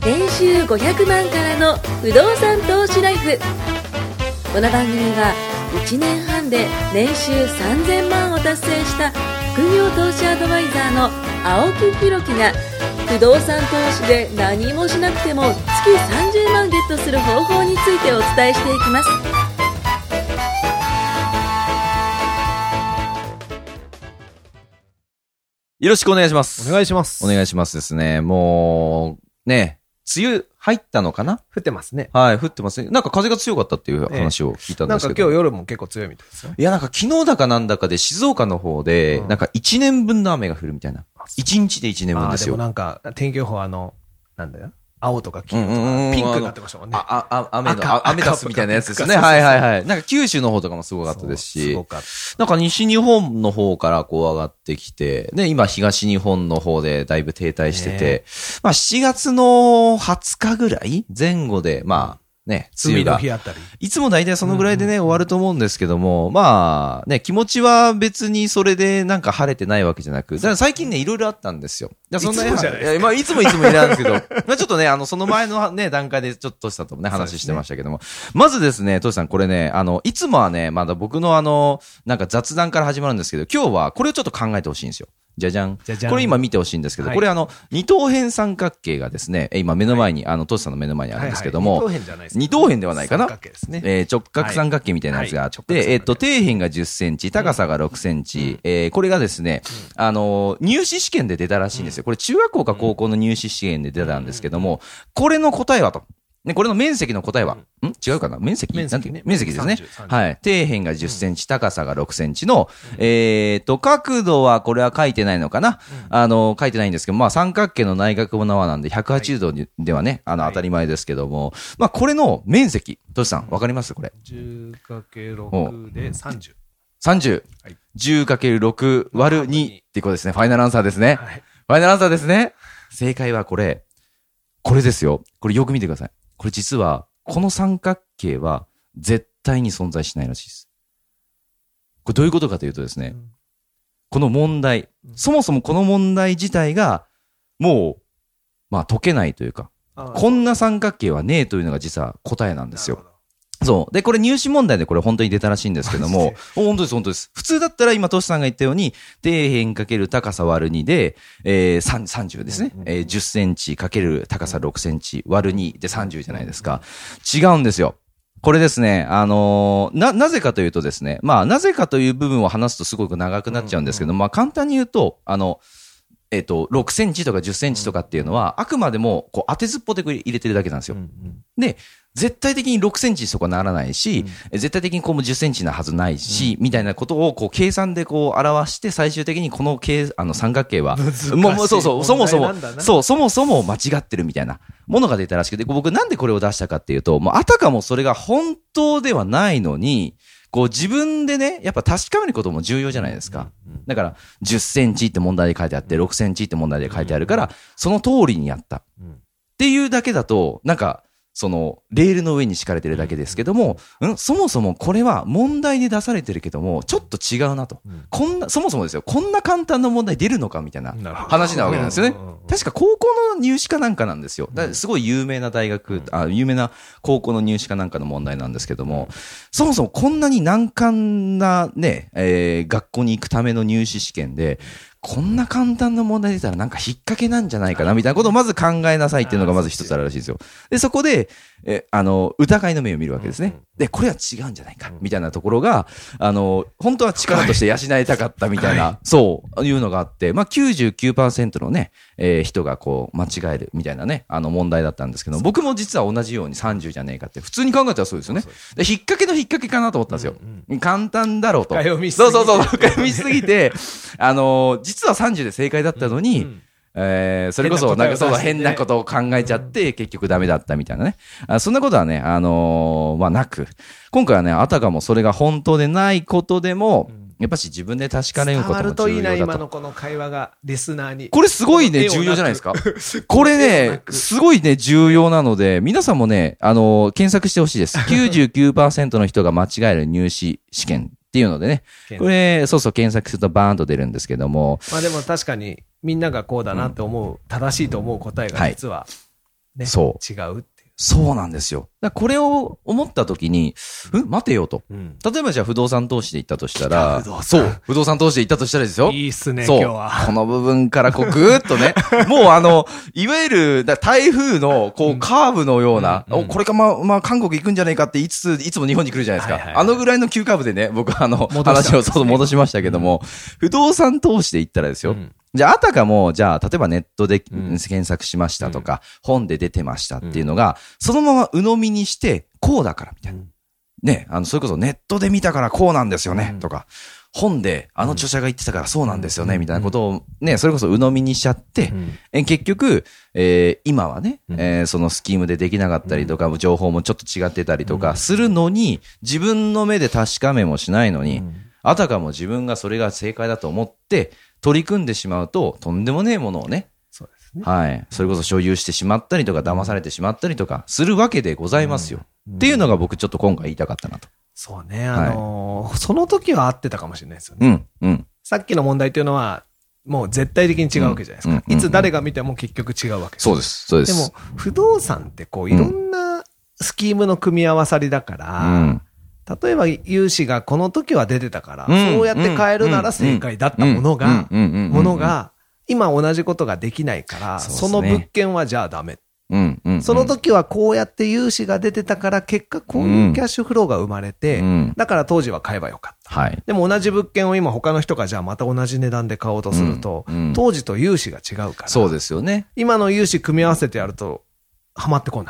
年収500万からの不動産投資ライフ。この番組は1年半で年収3000万を達成した副業投資アドバイザーの青木弘樹が、不動産投資で何もしなくても月30万ゲットする方法についてお伝えしていきます。 よろしくお願いします。 お願いします。 お願いしますですね。もう、ね、梅雨入ったのかな？ 降ってますね。 はい、降ってますね。なんか風が強かったっていう話を聞いたんですけど。 なんか今日夜も結構強いみたいですよ。 いや、なんか昨日だかなんだかで静岡の方で、なんか1年分の雨が降るみたいな。1日で1年分ですよ。 でもなんか、天気予報なんだよ。青とか黄色とか、ピンクになってましたもんね。 雨出すみたいなやつですよね。はいはいはい。なんか九州の方とかもすごかったですし、なんか西日本の方からこう上がってきて、で、今東日本の方でだいぶ停滞してて、まあ7月の20日ぐらい前後で、まあ、ね、梅雨が。いつも大体そのぐらいでね、終わると思うんですけども、まあ、ね、気持ちは別にそれでなんか晴れてないわけじゃなく、だから最近ね、いろいろあったんですよ。そんなに、まあ、いつもいるんですけど、まあちょっとね、その前のね、段階でちょっとしたとね、話してましたけども、まずですね、トシさん、これね、いつもはね、まだ僕のなんか雑談から始まるんですけど、今日はこれをちょっと考えてほしいんですよ。じゃじゃん。これ今見てほしいんですけど、これ二等辺三角形がですね、今目の前に、トシさんの目の前にあるんですけども、二等辺ではないかな。直角三角形みたいなやつがあって、底辺が10センチ、高さが6センチ、これがですね、入試試験で出たらしいんですよ。これ中学校か高校の入試試験で出たんですけども、これの答えはと。ね、これの面積の答えは、違うかな面積ですね。はい。底辺が10センチ、高さが6センチの、角度はこれは書いてないのかな、書いてないんですけど、まあ三角形の内角の和なんで180度ではね、当たり前ですけども、まあこれの面積、トシさん、わかりますこれ。 10×6 で30。 30。10×6 割る2ってことですね。ファイナルアンサーですね。ファイナルアンサーですね。正解はこれですよ。これよく見てください。これ実は、この三角形は絶対に存在しないらしいです。これどういうことかというとですね、この問題、そもそもこの問題自体が、もう、まあ解けないというか、こんな三角形はねえというのが実は答えなんですよ。そう。で、これ入試問題でこれ本当に出たらしいんですけども、本当です。普通だったら今、トシさんが言ったように、底辺かける高さ割る2で、30ですね。10センチかける高さ6センチ割る2で30じゃないですか。違うんですよ。これですね、なぜかというとですね、まあ、なぜかという部分を話すとすごく長くなっちゃうんですけど、まあ、簡単に言うと、6センチとか10センチとかっていうのは、あくまでも、こう、当てずっぽで入れてるだけなんですよ。で、絶対的に6センチそこならないし、絶対的にこうも10センチなはずないし、みたいなことをこう計算でこう表して最終的にこの三角形は、そもそも間違ってるみたいなものが出たらしくて、僕なんでこれを出したかっていうと、もうあたかもそれが本当ではないのに、こう自分でね、やっぱ確かめることも重要じゃないですか。だから、10センチって問題で書いてあって、6センチって問題で書いてあるから、その通りにやった。っていうだけだと、なんか、レールの上に敷かれてるだけですけども、そもそもこれは問題で出されてるけども、ちょっと違うなと。そもそもですよ、こんな簡単な問題出るのかみたいな話なわけなんですよね。確か高校の入試かなんかなんですよ。すごい有名な有名な高校の入試かなんかの問題なんですけども、そもそもこんなに難関なね、学校に行くための入試試験で、こんな簡単な問題出たらなんか引っ掛けなんじゃないかなみたいなことをまず考えなさいっていうのがまず一つあるらしいですよ。で、そこで、疑いの目を見るわけですね。で、これは違うんじゃないかみたいなところが、本当は力として養いたかったみたいな、そういうのがあって、まあ 99% のね、人がこう間違えるみたいなね、問題だったんですけど、僕も実は同じように30じゃねえかって普通に考えたらそうですよね。で、引っ掛けの引っ掛けかなと思ったんですよ。簡単だろうと。深読みすぎて、実は30で正解だったのに、それこそ、なんかそうだ、変なことを考えちゃって、結局ダメだったみたいなね。そんなことはね、まあ、なく、今回はね、あたかもそれが本当でないことでも、やっぱし自分で確かめることも重要だと。 伝わるといいな、今のこの会話が、リスナーに。 これすごいね、重要じゃないですか。これね、すごいね、重要なので、皆さんもね、検索してほしいです。99% の人が間違える入試試験っていうのでね。これ、検索するとバーンと出るんですけども。 まあでも確かに、みんながこうだなって思う、正しいと思う答えが実は、 ね、 そう。 違うっていう。 そうなんですよ。だからこれを思った時に、待てよと。例えばじゃあ不動産投資で行ったとしたら、そう。不動産投資で行ったとしたらですよ。 いいっすね、 そう今日は。 この部分からこうぐーっとね、もういわゆる、台風のこうカーブのような、これかまあ韓国行くんじゃないかっていつも日本に来るじゃないですか。あのぐらいの急カーブでね、僕話をそう戻しましたけども、不動産投資で行ったらですよ。じゃあ、あたかも、じゃあ、例えばネットで検索しましたとか、本で出てましたっていうのが、そのまま鵜呑みにして、こうだから、みたいな。ね、それこそネットで見たからこうなんですよね、とか、本で著者が言ってたからそうなんですよね、みたいなことをね、それこそ鵜呑みにしちゃって、結局、今はね、そのスキームでできなかったりとか、情報もちょっと違ってたりとかするのに、自分の目で確かめもしないのに、あたかも自分がそれが正解だと思って、取り組んでしまうと、とんでもねえものをね。そうですね。はい。それこそ所有してしまったりとか、騙されてしまったりとか、するわけでございますよ。っていうのが僕ちょっと今回言いたかったなと。 そうね。その時は合ってたかもしれないですよね。さっきの問題っていうのは、もう絶対的に違うわけじゃないですか。いつ誰が見ても結局違うわけです。 そうです。そうです。 でも、不動産ってこう、いろんなスキームの組み合わさりだから、例えば融資がこの時は出てたから、そうやって買えるなら正解だったものが、今同じことができないから、その物件はじゃあダメ。その時はこうやって融資が出てたから、結果こういうキャッシュフローが生まれて、だから当時は買えばよかった。でも同じ物件を今他の人がじゃあまた同じ値段で買おうとすると、当時と融資が違うから。 そうですよね。 今の融資組み合わせてやると、はまってこない。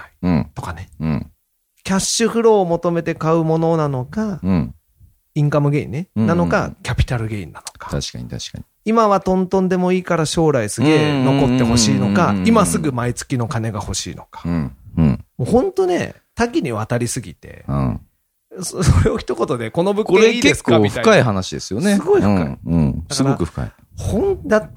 とかね。キャッシュフローを求めて買うものなのか、インカムゲインね、なのか、キャピタルゲインなのか。 確かに確かに。 今はトントンでもいいから将来すげえ残ってほしいのか、今すぐ毎月の金が欲しいのか。もうほんとね、多岐にわたりすぎて、それを一言で、この物件いいですかみたいな。 これ結構深い話ですよね。 すごい深い。 すごく深い。 だって、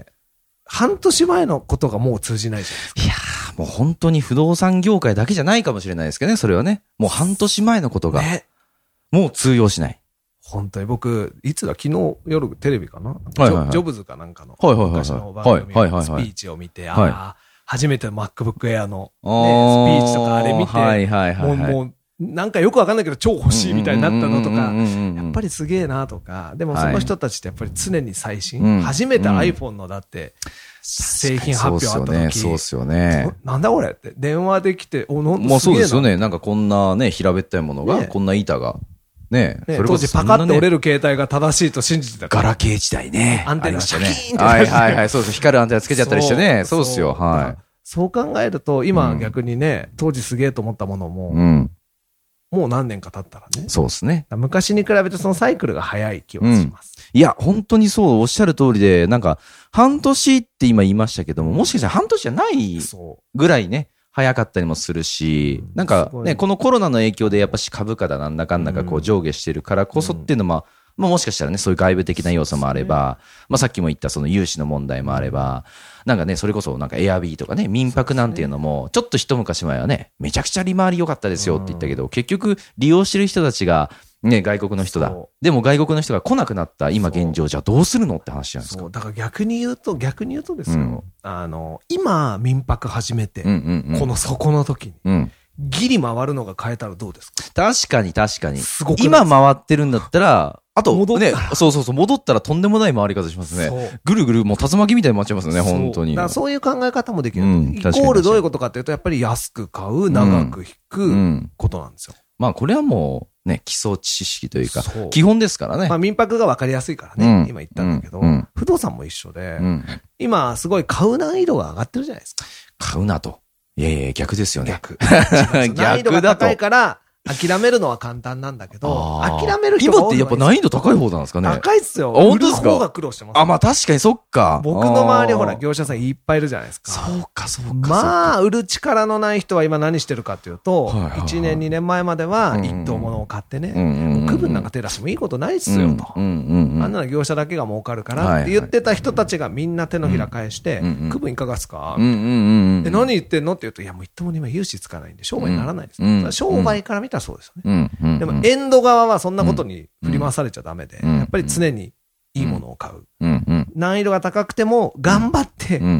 半年前のことがもう通じないじゃないですか。 いやー、もう本当に不動産業界だけじゃないかもしれないですけどね、それはね。もう半年前のことが、もう通用しない。 本当に僕、いつだ、昨日夜テレビかな、ジョブズかなんかの昔の番組のスピーチを見て、初めて MacBook Air の、スピーチとかあれ見て、もう、なんかよくわかんないけど超欲しいみたいになったのとか、やっぱりすげえなとか、でもその人たちってやっぱり常に最新、初めて iPhone のだって、製品発表あった時、 そうっすよね。 なんだこれって、電話できて、 もうそうですよね。なんかこんなね、平べったいものが、こんな板が。ねえ。当時パカッと折れる携帯が正しいと信じてたから。ガラケー時代ね。 アンテナシャキーンって。 はい。そうです。光るアンテナつけちゃったりしてね。そうですよ。はい。 そう考えると、今逆にね、当時すげえと思ったものも、もう何年か経ったらね。 そうですね。 昔に比べてそのサイクルが早い気はします。 いや、本当にそう、おっしゃる通りで、なんか、半年って今言いましたけども、もしかしたら半年じゃないぐらいね、早かったりもするし、なんかね、このコロナの影響でやっぱし株価だなんだかんだかこう上下してるからこそっていうのも、まあもしかしたらね、そういう外部的な要素もあれば、まあさっきも言ったその融資の問題もあれば、なんかね、それこそなんかエアビーとかね、民泊なんていうのも、ちょっと一昔前はね、めちゃくちゃ利回り良かったですよって言ったけど、結局利用してる人たちが、ね、外国の人だ。でも外国の人が来なくなった今現状じゃどうするのって話じゃないですか。 だから逆に言うとですよ。今民泊始めて、この底の時に、ギリ回るのが変えたらどうですか？ 確かに。今回ってるんだったら、あと、ね、そう、戻ったらとんでもない回り方しますね。ぐるぐるもう竜巻みたいに回っちゃいますね、本当に。 そういう考え方もできる。イコールどういうことかっていうと、やっぱり安く買う、長く引くことなんですよ。 まあこれはもうね、基礎知識というか、基本ですからね。 まあ民泊が分かりやすいからね、今言ったんだけど、不動産も一緒で、今すごい買う難易度が上がってるじゃないですか。 買うなと。いや、逆ですよね。 逆。難易度が高いから、諦めるのは簡単なんだけど、諦める人が今ってやっぱ難易度高い方なんですかね。 高いっすよ。 本当ですか？ 売る方が苦労してます。 まあ確かにそっか。 僕の周りほら業者さんいっぱいいるじゃないですか。 そうか。 まあ、売る力のない人は今何してるかっていうと、1年2年前までは一等物を買ってね、区分なんか手出してもいいことないっすよと。あんなの業者だけが儲かるからって言ってた人たちがみんな手のひら返して、区分いかがっすか？何言ってんのって言うと、いやもう一等物今融資つかないんで商売にならないです。商売から見たらそうですよね。でもエンド側はそんなことに振り回されちゃダメで、やっぱり常にいいものを買う。難易度が高くても頑張って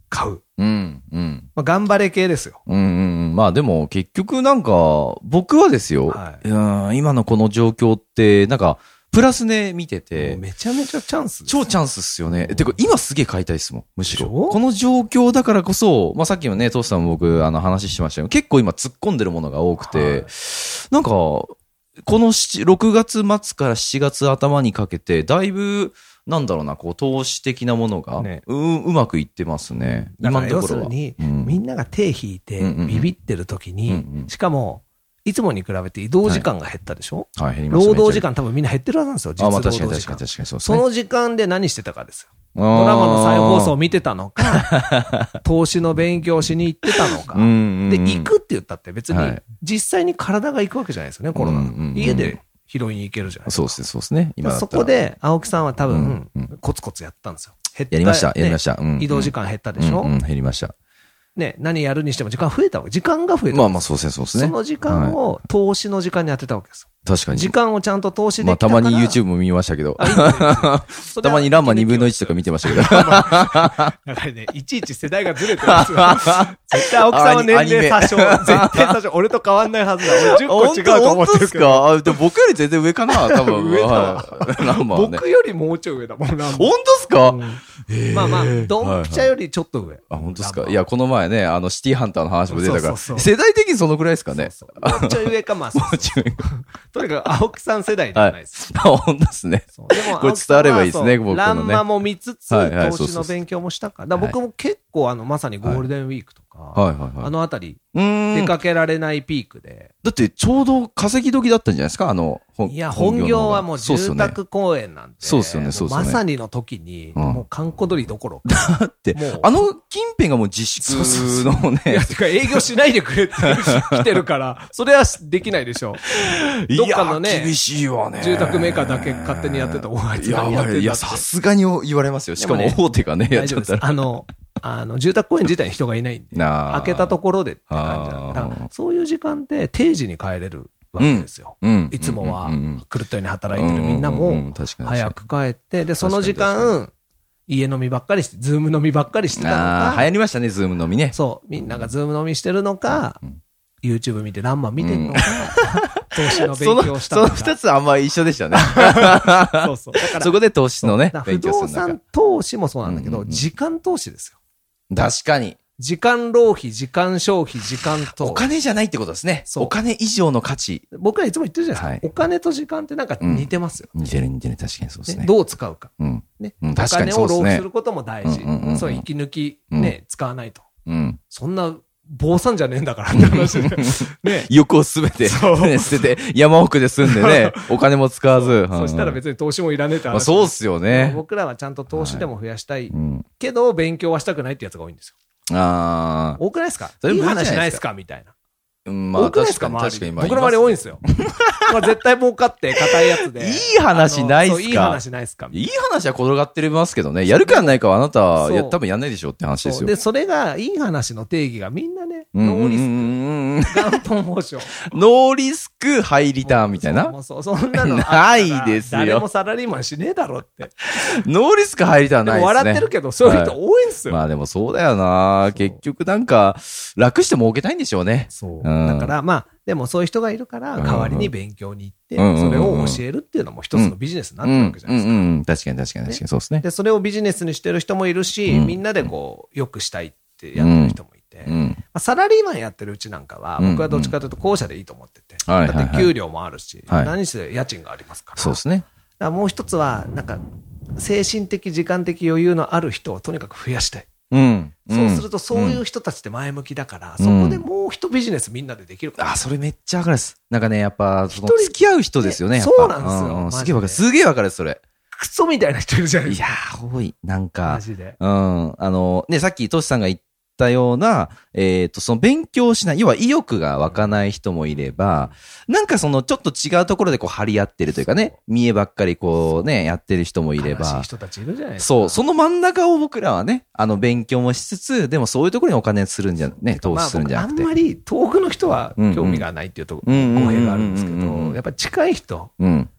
買う。 うんうんまあ、頑張れ系ですよ。 うんうん。まあでも結局なんか、僕はですよ、 は今のこの状況って、なんか、プラスね、見てもうて、 めちゃめちゃチャンスです。 超チャンスっすよね。てか、今すげえ買いたいっすもん、むしろ。 でしょこの状況だからこそ、まあさっきもね、トースさんも僕、話してましたけど、結構今突っ込んでるものが多くて、 はいなんか、この6月末から7月頭にかけて、だいぶ、なんだろうな、こう、投資的なものが、 ねうまくいってますね。 だから要今のところは。 するに、 うんみんなが手引いてうんうんうんビビってる時に、 うんうんしかも、いつもに比べて移動時間が減ったでしょ、 はい、減りました労働時間多分みんな減ってるはずなんですよ、実あ、ま労あ確かに働時間。 確かに確かにそうですね。 その時間で何してたかですよ。 ドドラマの再放送を見てたのか、投資の勉強しに行ってたのか。で、行くって言ったって別にはい、 実際に体が行くわけじゃないですよね、コロナのうんうんうん家で拾いに行けるじゃないですか。 そうですね、そうですね。今だったらそこ、で、青木さんは多分うんうん、 コツコツやったんですよ。減ったやりました、 ねやりました。うん移動時間減ったでしょ、 うんうん減りました。 ね、何やるにしても時間増えたわけ。時間が増えたわけ。 まあまあ、そうですね、そうですね。 その時間を投資の時間に当てたわけですよ。 確かに。 時間をちゃんと投資でまあ、 きたから。 たまに YouTube も見ましたけど。 あいいんですよたまにランマ2分の1とか見てましたけど。 だからね、いちいち世代がずれてるんですよ。絶対青木さんは年齢多少、絶対多少、俺と変わんないはずだ。俺10個違うと思ってるけど。 本当ですか？でも僕より全然上かな、多分。 上だわはいランマはね。 僕よりもうちょい上だもん、ランマ本当ですか？ まあまあ、ドンピシャよりちょっと上。 あ、本当ですランマか？いや、この前ね、シティハンターの話も出たから、 そうそうそう世代的にそのくらいですかね。 そうそうもうちょい上か、まあ、そうそうもうちょい。 とにかく青木さん世代ではないです。 あ、本当ですね。 そうでもこれ伝わればいいですね青木さんはそう僕のねランマも見つつ、 はいはい投資の勉強もしたから。だから僕も結構まさにゴールデンウィークとか、 はいはいはい。 あのあたり、 うーん。 出かけられないピークで。 だってちょうど稼ぎ時だったんじゃないですかいや、本業はもうそうっすよね住宅公園なんで。 そうっすよねそうっすよねもまさにの時に、 うんもう観光鳥どころか。 だってもう、 近辺がもう自粛のね。 いや、てか営業しないでくれって来てるから、それはできないでしょ。どっかのねいや厳しいわね。 住宅メーカーだけ勝手にやってた、おあいつ何やってんだって。 いや、さすがに言われますよ。しかもでもね大手がね、やっ大丈夫です。 ちゃったら。 住宅公園自体に人がいないんで、 なあ開けたところでって感じなんだ。だからそういう時間で定時に帰れるわけですよ。 うんいつもはうんうん狂ったように働いてるみんなううもう確かに早く帰って、で、その時確か間、家飲みばっかりして、ズーム飲みばっかりしてたのああ、流か、 行りましたね、ズーム飲みね。 そう、みんながズーム飲みしてるのか、YouTube 見てランマ見てるのか、投資の勉強をしたそののか。 二つあんまり一緒でしたね。 そうそう。だからそこで投資のねだ、から不動勉強するんだか産投資もそうなんだけど、 うんうんうん時間投資ですよ。 ら。確かに。 時間浪費、時間消費、時間投資。 お金じゃないってことですね。 そうお金以上の価値。 僕らいつも言ってるじゃないですか。 はいお金と時間ってなんか似てますよ。 似てる似てる。確かにそうですね。 どう使うか。 うん。 ね。 うんお確かにそうですね金を浪費することも大事うんうんうんう。んそう、息抜きね、使わないと。 うん。 そんな、坊さんじゃねえんだからって話で。ね。 欲をすべて、 そうね捨てて、山奥で住んでね、お金も使わず。 そしたらに。 別に投資もいらねえって話。 まあそうっすよね。 僕らはちゃんと投資でも増やしたいうん。 けど、勉強はしたくないってやつが多いんですよ。 ああ。 多くないですかそれいい無理じゃないですか話ないですかみたいな。 うんまあ多くないですか確かに確かに。まあ僕の周り多いんですよ。まあ絶対儲かって硬いやつで。 いい話ないっすかそういい話ないっすかいい話は転がってますけどね。やるかやんないかはあなた、 そういや、多分やんないでしょって話ですよ。 そうで、それが、いい話の定義がみんなね、 うんノーリスうんク、元本保証。 ノーリスク、ハイリターンみたいな。 そう、そんなのあったらないですよ誰もサラリーマンしねえだろって。 ノーリスク、ハイリターンでもないですね。 笑ってるけど、そういう人多いんすよ。 まあでもそうだよな結局なんか、楽して儲けたいんでしょうね。 そう。 うんだから、まあ、でもそういう人がいるから、 うん代わりに勉強に行って、 うんそれを教えるっていうのも一つのビジネスになってるわけじゃないですか。 うん。確かに確かに確かにそうですね。 で、それをビジネスにしてる人もいるし、 うんみんなでこう、良くしたいってやってる人もいて、 うん。 まあ、サラリーマンやってるうちなんかは、 うん僕はどっちかというと後者でいいと思ってて。 はいはいはいだって給料もあるし、 はい何せ家賃がありますから。 そうですね。 だからもう一つは、なんか、精神的、時間的余裕のある人をとにかく増やしたい。 うん。 そうすると、そういう人たちって前向きだから、そこでもう一ビジネスみんなでできるから。 あ、それめっちゃわかるです。なんかね、やっぱ、その一人付き合う人ですよね、やっぱ。 そうなんですよマジですげえわかる。すげえわかる、それ。 クソみたいな人いるじゃないですか。 いやー、多い。なんマか、 ジで。 ね、さっきトシさんが言ったような、その勉強しない、要は意欲が湧かない人もいれば、なんかそのちょっと違うところでこう張り合ってるというかね、見栄ばっかりこうね、やってる人もいれ悲しいば、 人たちいるじゃないですか。 そう、その真ん中を僕らはね、勉強もしつつ、でもそういうところにお金するんじゃ、ね、投資するんじゃなくて。 まあ僕あんまり遠くの人は興味がないっていうと語弊があるんですけど、やっぱり近い人、 うん。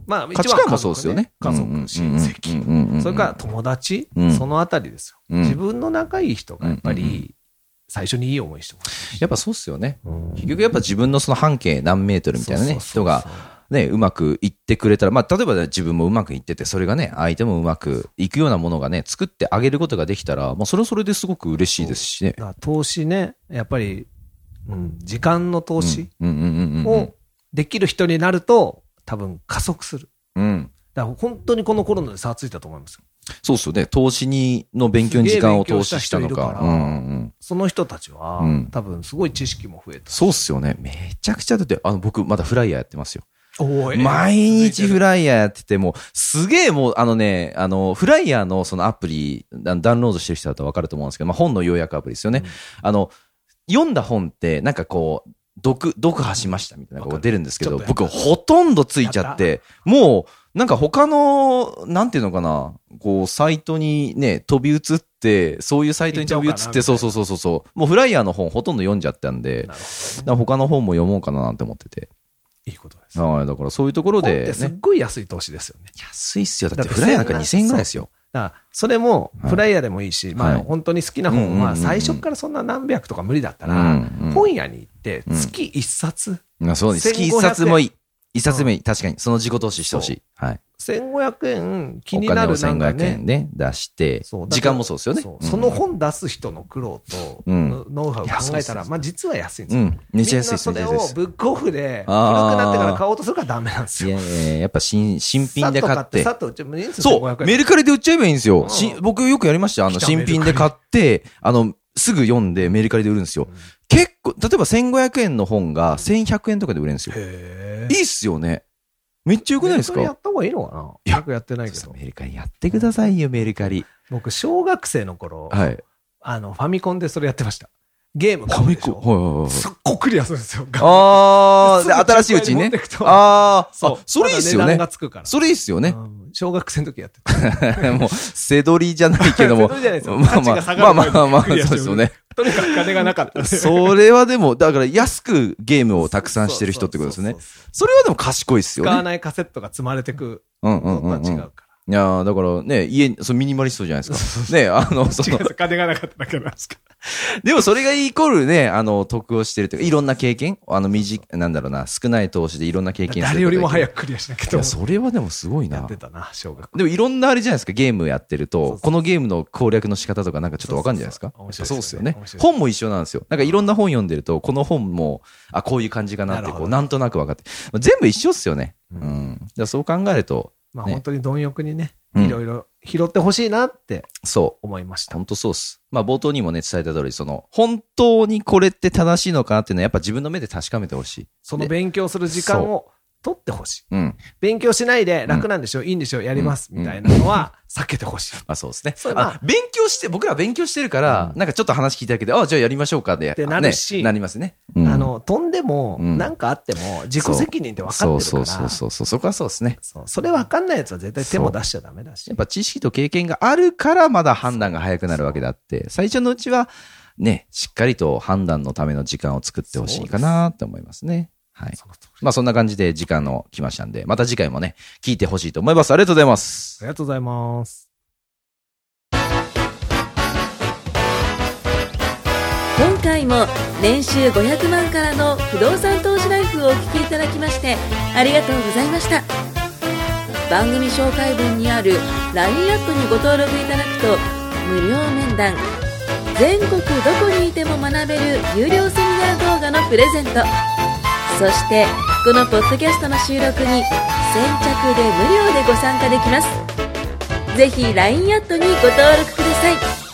まあ、 価値観もそうですよね。 家族、親戚、それから友達、そのあたりですよ。自分の仲いい人がやっぱり、最初にいい思いしてほしい。 やっぱそうっすよね。結局やっぱ自分のその半径何メートルみたいなね、人が、ね、うまくいってくれたら、まあ、例えば、ね、自分もうまくいってて、それがね、相手もうまくいくようなものがね、作ってあげることができたら、もうそれはそれですごく嬉しいですしね。 投資ね、やっぱり、時間の投資をできる人になると、多分加速する。だから本当にこのコロナで差がついたと思いますよ。 そうっすよね。投資の勉強に時間を投資したのか。 その人たちは、多分すごい知識も増えた。 そうっすよね。めちゃくちゃだって、僕まだフライヤーやってますよ。毎日フライヤーやってて、もう、すげえもう、フライヤーのそのアプリ、ダウンロードしてる人だとわかると思うんですけど、まあ本の要約アプリですよね。読んだ本って、なんかこう、読破しましたみたいなのが出るんですけど、僕ほとんどついちゃって、もう、なんか他の、なんていうのかな、こう、サイトにね、飛び移って、そういうサイトに飛び移って、そう。もうフライヤーの本ほとんど読んじゃったんで、だから他の本も読もうかななんて思ってて。 いいことです。 はい、だからそういうところで、ね。 本ってすっごい安い投資ですよね。 安いっすよ。だってフライヤーなんか2000円ぐらいですよ。 だからそれもフライヤーでもいいし、まあ本当に好きな本は最初からそんな何百とか無理だったら、本屋に行って月1冊。 そうです。月1冊もいい。1冊目、確かに、その自己投資してほしい。はい。 1500円気になるなんかね。 1500円で出して、時間もそうですよね。 その本出す人の苦労と、ノウハウを考えたら、まあ実は安いんですよ。 めっちゃ安いです。 みんなそれをブックオフで、古くなってから買おうとするからダメなんですよ。 いや、やっぱ新品で買って。 そう、 メルカリで売っちゃえばいいんですよ。僕よくやりました。新品で買って、すぐ読んでメルカリで売るんですよ。結構、例えば1500円の本が1100円とかで売れるんですよ。いいっすよね。めっちゃ良くないですか？ メルカリやった方がいいのかな？よくやってないけど。 メルカリやってくださいよ、メルカリ。 僕、小学生の頃、 はい。 ファミコンでそれやってました。ゲーム買うでしょ。すっごくクリアするんですよ。 新しいうちにね。それいいっすよね。それいいっすよね。 小学生の時やってた。 もう、背取りじゃないけども。 背取りじゃないですよ。価値が下がる前にクリアしてる。 そうですよね。 とにかく金がなかった。 それはでも、だから安くゲームをたくさんしてる人ってことですね。それはでも賢いっすよね。 使わないカセットが積まれてくのとは違うから。 いやだからね、ミニマリストじゃないですか。ね、 金がなかっただけなんですか。 でもそれがイコールね、得をしてるというか、いろんな経験なんだろうな、少ない投資でいろんな経験する。 誰よりも早くクリアしなきゃと。 いや、それはでもすごいな。 やってたな、小学校。 でもいろんなあれじゃないですか、ゲームやってると、このゲームの攻略の仕方とかなんかちょっとわかんじゃないですか。そうですよね。本も一緒なんですよ。なんかいろんな本読んでると、この本も、こういう感じかなって、こう、なんとなく分かって。全部一緒っすよね。そう考えると。 まあ本当に貪欲にね、いろいろ拾ってほしいなって思いました。 本当そうっす。まあ冒頭にもね伝えた通り、本当にこれって正しいのかっていうのはやっぱ自分の目で確かめてほしい。 その勉強する時間を取ってほしい。勉強しないで楽なんでしょ、いいんでしょ、やります、みたいなのは避けてほしい。 そうですね。僕ら勉強してるから、なんかちょっと話聞いただけで、じゃあやりましょうかで。 ってなるし、 なりますね。 飛んでも、なんかあっても、自己責任って分かってるから。 そこはそうですね。 それ分かんないやつは絶対手も出しちゃダメだし。 やっぱ知識と経験があるからまだ判断が早くなるわけだって、最初のうちは、ね、しっかりと判断のための時間を作ってほしいかなって思いますね。はい。まあそんな感じで時間の来ましたんで、また次回もね、聞いてほしいと思います。ありがとうございます。 ありがとうございます。 今回も年収500万からの不動産投資ライフをお聞きいただきましてありがとうございました。番組紹介文にある LINE アップにご登録いただくと無料面談、全国どこにいても学べる有料セミナー動画のプレゼント、そしてこのポッドキャストの収録に先着で無料でご参加できます。ぜひ LINE アットにご登録ください。